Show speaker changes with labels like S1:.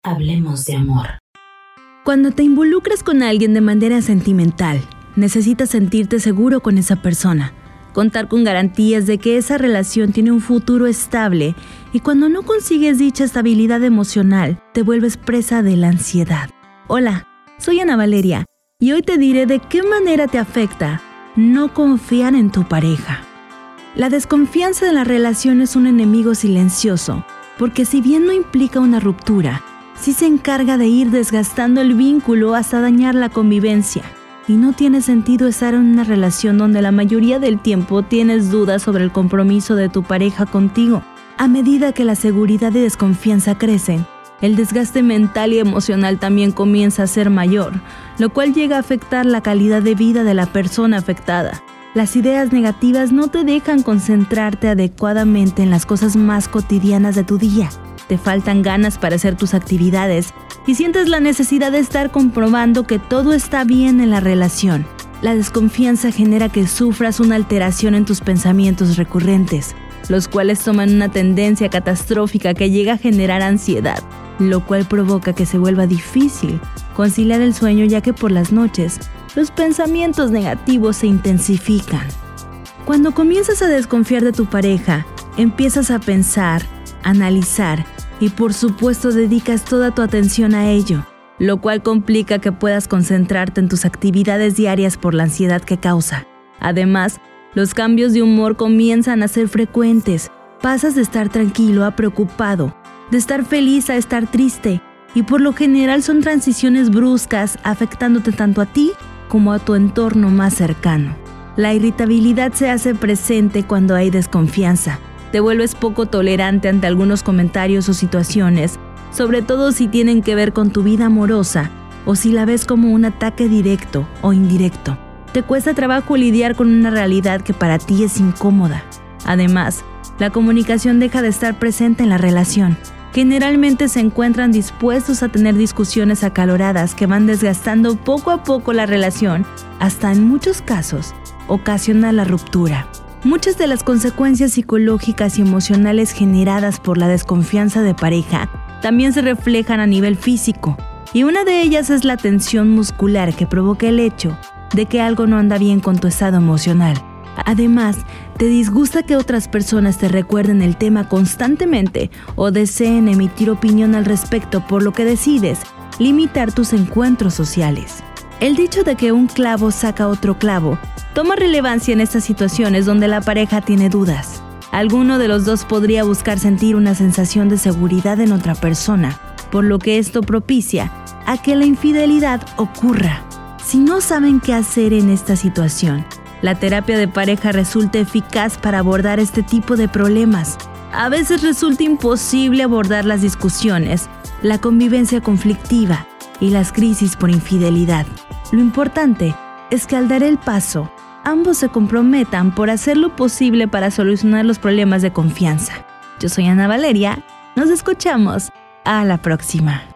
S1: Hablemos de amor.
S2: Cuando te involucras con alguien de manera sentimental, necesitas sentirte seguro con esa persona, contar con garantías de que esa relación tiene un futuro estable, y cuando no consigues dicha estabilidad emocional, te vuelves presa de la ansiedad. Hola, soy Ana Valeria y hoy te diré de qué manera te afecta no confiar en tu pareja. La desconfianza de la relación es un enemigo silencioso, porque si bien no implica una ruptura, sí se encarga de ir desgastando el vínculo hasta dañar la convivencia. Y no tiene sentido estar en una relación donde la mayoría del tiempo tienes dudas sobre el compromiso de tu pareja contigo. A medida que la seguridad y desconfianza crecen, el desgaste mental y emocional también comienza a ser mayor, lo cual llega a afectar la calidad de vida de la persona afectada. Las ideas negativas no te dejan concentrarte adecuadamente en las cosas más cotidianas de tu día. Te faltan ganas para hacer tus actividades y sientes la necesidad de estar comprobando que todo está bien en la relación. La desconfianza genera que sufras una alteración en tus pensamientos recurrentes, los cuales toman una tendencia catastrófica que llega a generar ansiedad, lo cual provoca que se vuelva difícil conciliar el sueño, ya que por las noches los pensamientos negativos se intensifican. Cuando comienzas a desconfiar de tu pareja, empiezas a pensar, analizar y por supuesto dedicas toda tu atención a ello, lo cual complica que puedas concentrarte en tus actividades diarias por la ansiedad que causa. Además, los cambios de humor comienzan a ser frecuentes. Pasas de estar tranquilo a preocupado, de estar feliz a estar triste, y por lo general son transiciones bruscas, afectándote tanto a ti como a tu entorno más cercano. La irritabilidad se hace presente cuando hay desconfianza. Te vuelves poco tolerante ante algunos comentarios o situaciones, sobre todo si tienen que ver con tu vida amorosa o si la ves como un ataque directo o indirecto. Te cuesta trabajo lidiar con una realidad que para ti es incómoda. Además, la comunicación deja de estar presente en la relación. Generalmente se encuentran dispuestos a tener discusiones acaloradas que van desgastando poco a poco la relación, hasta en muchos casos ocasiona la ruptura. Muchas de las consecuencias psicológicas y emocionales generadas por la desconfianza de pareja también se reflejan a nivel físico, y una de ellas es la tensión muscular que provoca el hecho de que algo no anda bien con tu estado emocional. Además, te disgusta que otras personas te recuerden el tema constantemente o deseen emitir opinión al respecto, por lo que decides limitar tus encuentros sociales. El dicho de que un clavo saca otro clavo toma relevancia en estas situaciones donde la pareja tiene dudas. Alguno de los dos podría buscar sentir una sensación de seguridad en otra persona, por lo que esto propicia a que la infidelidad ocurra. Si no saben qué hacer en esta situación, la terapia de pareja resulta eficaz para abordar este tipo de problemas. A veces resulta imposible abordar las discusiones, la convivencia conflictiva y las crisis por infidelidad. Lo importante es que al dar el paso, ambos se comprometan por hacer lo posible para solucionar los problemas de confianza. Yo soy Ana Valeria, nos escuchamos a la próxima.